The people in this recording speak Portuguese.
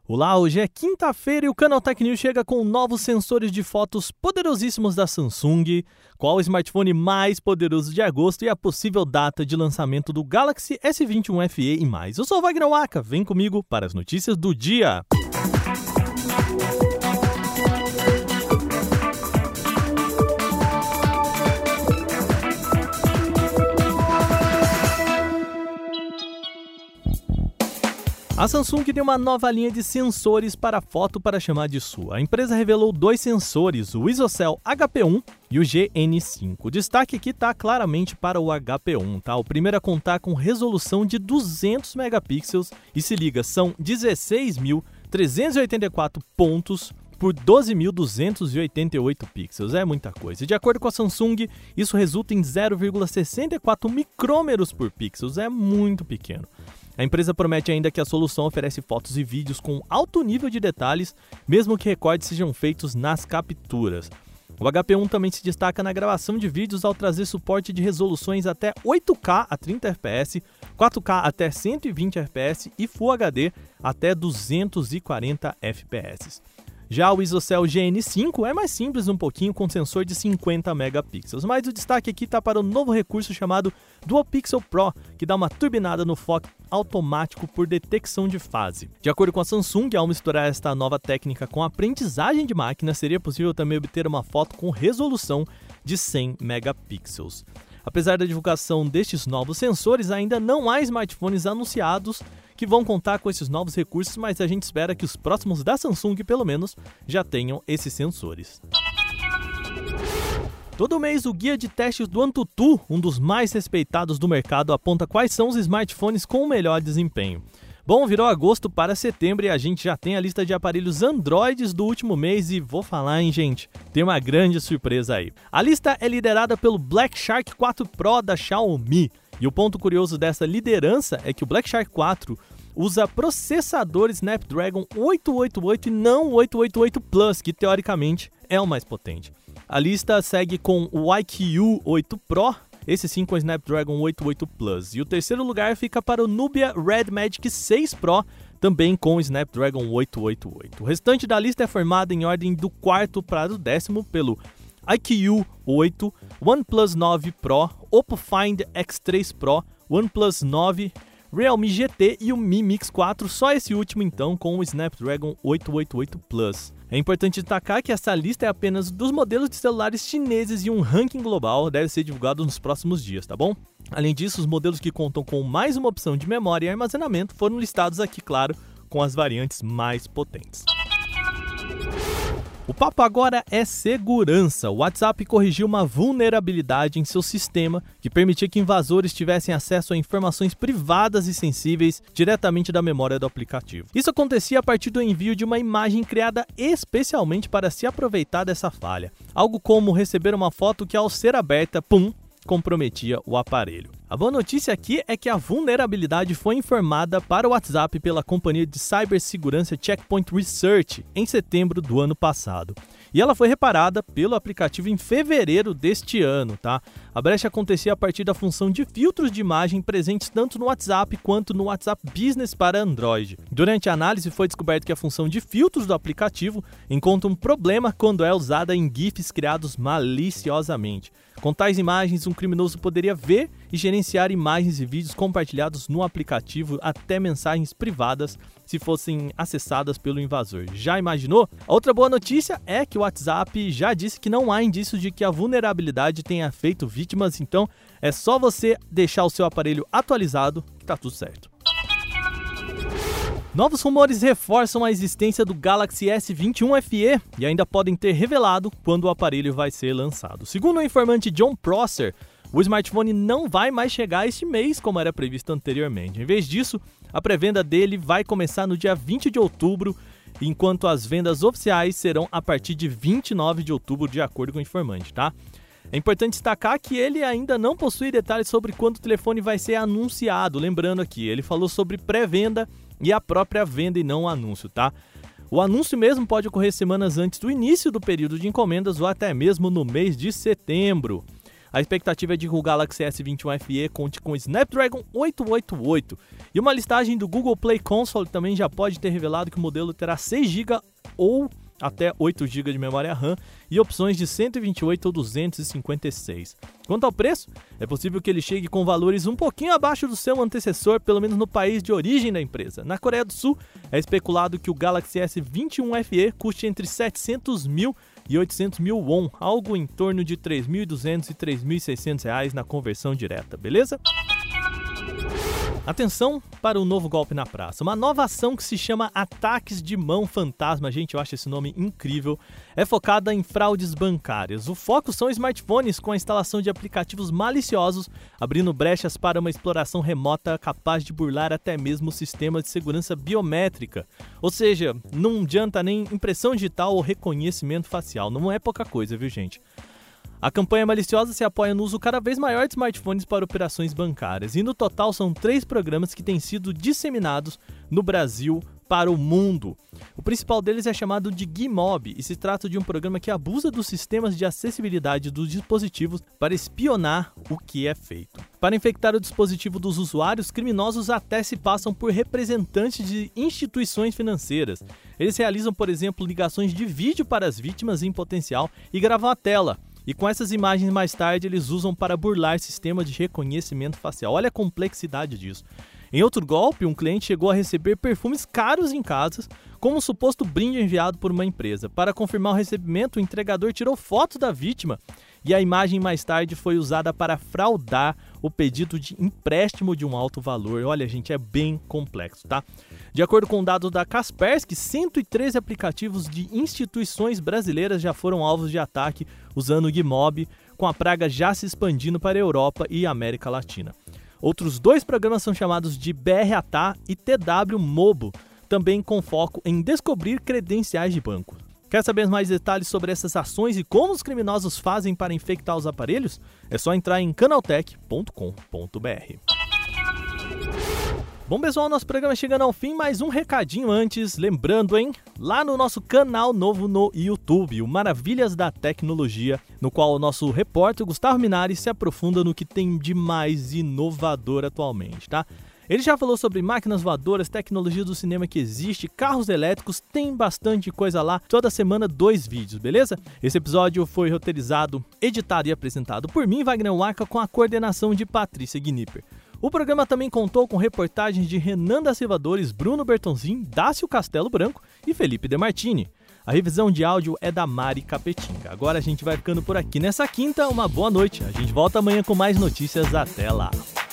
Olá, hoje é quinta-feira e o Canal Tech News chega com novos sensores de fotos poderosíssimos da Samsung, qual o smartphone mais poderoso de agosto e a possível data de lançamento do Galaxy S21 FE e mais. Eu sou o Wagner Waka, vem comigo para as notícias do dia. A Samsung tem uma nova linha de sensores para foto para chamar de sua. A empresa revelou dois sensores, o ISOCELL HP1 e o GN5. O destaque aqui está claramente para o HP1, tá? O primeiro a contar com resolução de 200 megapixels e se liga, são 16.384 pontos por 12.288 pixels, é muita coisa. E de acordo com a Samsung, isso resulta em 0,64 micrômetros por pixels, é muito pequeno. A empresa promete ainda que a solução oferece fotos e vídeos com alto nível de detalhes, mesmo que recortes sejam feitos nas capturas. O HP1 também se destaca na gravação de vídeos ao trazer suporte de resoluções até 8K a 30 fps, 4K até 120 fps e Full HD até 240 fps. Já o ISOCELL GN5 é mais simples um pouquinho, com sensor de 50 megapixels, mas o destaque aqui está para o novo recurso chamado Dual Pixel Pro, que dá uma turbinada no foco automático por detecção de fase. De acordo com a Samsung, ao misturar esta nova técnica com aprendizagem de máquina, seria possível também obter uma foto com resolução de 100 megapixels. Apesar da divulgação destes novos sensores, ainda não há smartphones anunciados que vão contar com esses novos recursos, mas a gente espera que os próximos da Samsung, pelo menos, já tenham esses sensores. Todo mês, o guia de testes do AnTuTu, um dos mais respeitados do mercado, aponta quais são os smartphones com o melhor desempenho. Bom, virou agosto para setembro e a gente já tem a lista de aparelhos Androids do último mês e vou falar, hein, gente? Tem uma grande surpresa aí. A lista é liderada pelo Black Shark 4 Pro da Xiaomi. E o ponto curioso dessa liderança é que o Black Shark 4 usa processador Snapdragon 888 e não 888 Plus, que teoricamente é o mais potente. A lista segue com o iQOO 8 Pro, esse sim com Snapdragon 88 Plus. E o terceiro lugar fica para o Nubia Red Magic 6 Pro, também com Snapdragon 888. O restante da lista é formada em ordem do quarto para o décimo pelo iQOO 8, OnePlus 9 Pro, Oppo Find X3 Pro, OnePlus 9, Realme GT e o Mi Mix 4, só esse último então com o Snapdragon 888 Plus. É importante destacar que essa lista é apenas dos modelos de celulares chineses e um ranking global deve ser divulgado nos próximos dias, tá bom? Além disso, os modelos que contam com mais uma opção de memória e armazenamento foram listados aqui, claro, com as variantes mais potentes. O papo agora é segurança. O WhatsApp corrigiu uma vulnerabilidade em seu sistema que permitia que invasores tivessem acesso a informações privadas e sensíveis diretamente da memória do aplicativo. Isso acontecia a partir do envio de uma imagem criada especialmente para se aproveitar dessa falha. Algo como receber uma foto que, ao ser aberta, comprometia o aparelho. A boa notícia aqui é que a vulnerabilidade foi informada para o WhatsApp pela companhia de cibersegurança Checkpoint Research em setembro do ano passado. E ela foi reparada pelo aplicativo em fevereiro deste ano, tá? A brecha acontecia a partir da função de filtros de imagem presentes tanto no WhatsApp quanto no WhatsApp Business para Android. Durante a análise foi descoberto que a função de filtros do aplicativo encontra um problema quando é usada em GIFs criados maliciosamente. Com tais imagens, um criminoso poderia ver e gerenciar imagens e vídeos compartilhados no aplicativo, até mensagens privadas, se fossem acessadas pelo invasor. Já imaginou? A outra boa notícia é que o WhatsApp já disse que não há indícios de que a vulnerabilidade tenha feito vítimas, então é só você deixar o seu aparelho atualizado que tá tudo certo. Novos rumores reforçam a existência do Galaxy S21 FE e ainda podem ter revelado quando o aparelho vai ser lançado. Segundo o informante John Prosser, o smartphone não vai mais chegar este mês como era previsto anteriormente. Em vez disso, a pré-venda dele vai começar no dia 20 de outubro, enquanto as vendas oficiais serão a partir de 29 de outubro, de acordo com o informante, tá? É importante destacar que ele ainda não possui detalhes sobre quando o telefone vai ser anunciado. Lembrando aqui, ele falou sobre pré-venda e a própria venda e não o anúncio, tá? O anúncio mesmo pode ocorrer semanas antes do início do período de encomendas ou até mesmo no mês de setembro. A expectativa é de que o Galaxy S21 FE conte com Snapdragon 888. E uma listagem do Google Play Console também já pode ter revelado que o modelo terá 6 GB ou até 8 GB de memória RAM e opções de 128 ou 256. Quanto ao preço, é possível que ele chegue com valores um pouquinho abaixo do seu antecessor, pelo menos no país de origem da empresa. Na Coreia do Sul, é especulado que o Galaxy S21 FE custe entre 700 mil e 800 mil won, algo em torno de 3.200 e 3.600 reais na conversão direta, beleza? Atenção para o novo golpe na praça. Uma nova ação que se chama Ataques de Mão Fantasma. Gente, eu acho esse nome incrível. É focada em fraudes bancárias. O foco são smartphones com a instalação de aplicativos maliciosos, abrindo brechas para uma exploração remota capaz de burlar até mesmo o sistema de segurança biométrica. Ou seja, não adianta nem impressão digital ou reconhecimento facial. Não é pouca coisa, viu, gente? A campanha maliciosa se apoia no uso cada vez maior de smartphones para operações bancárias e no total são 3 programas que têm sido disseminados no Brasil para o mundo. O principal deles é chamado de Gmob e se trata de um programa que abusa dos sistemas de acessibilidade dos dispositivos para espionar o que é feito. Para infectar o dispositivo dos usuários, criminosos até se passam por representantes de instituições financeiras. Eles realizam, por exemplo, ligações de vídeo para as vítimas em potencial e gravam a tela. E com essas imagens mais tarde eles usam para burlar sistema de reconhecimento facial. Olha a complexidade disso. Em outro golpe, um cliente chegou a receber perfumes caros em casa como um suposto brinde enviado por uma empresa. Para confirmar o recebimento, o entregador tirou foto da vítima e a imagem mais tarde foi usada para fraudar o pedido de empréstimo de um alto valor. Olha, gente, é bem complexo, tá? De acordo com dados da Kaspersky, 113 aplicativos de instituições brasileiras já foram alvos de ataque usando o Gmob, com a praga já se expandindo para a Europa e América Latina. Outros 2 programas são chamados de BRATA e TW Mobo, também com foco em descobrir credenciais de banco. Quer saber mais detalhes sobre essas ações e como os criminosos fazem para infectar os aparelhos? É só entrar em canaltech.com.br. Bom, pessoal, nosso programa chegando ao fim, mas um recadinho antes, lembrando, hein? Lá no nosso canal novo no YouTube, o Maravilhas da Tecnologia, no qual o nosso repórter Gustavo Minari se aprofunda no que tem de mais inovador atualmente, tá? Ele já falou sobre máquinas voadoras, tecnologia do cinema que existe, carros elétricos, tem bastante coisa lá. Toda semana 2 vídeos, beleza? Esse episódio foi roteirizado, editado e apresentado por mim, Wagner Waka, com a coordenação de Patrícia Gnipper. O programa também contou com reportagens de Renan da Silva Dores, Bruno Bertonzin, Dácio Castelo Branco e Felipe De Martini. A revisão de áudio é da Mari Capetinga. Agora a gente vai ficando por aqui nessa quinta. Uma boa noite. A gente volta amanhã com mais notícias. Até lá.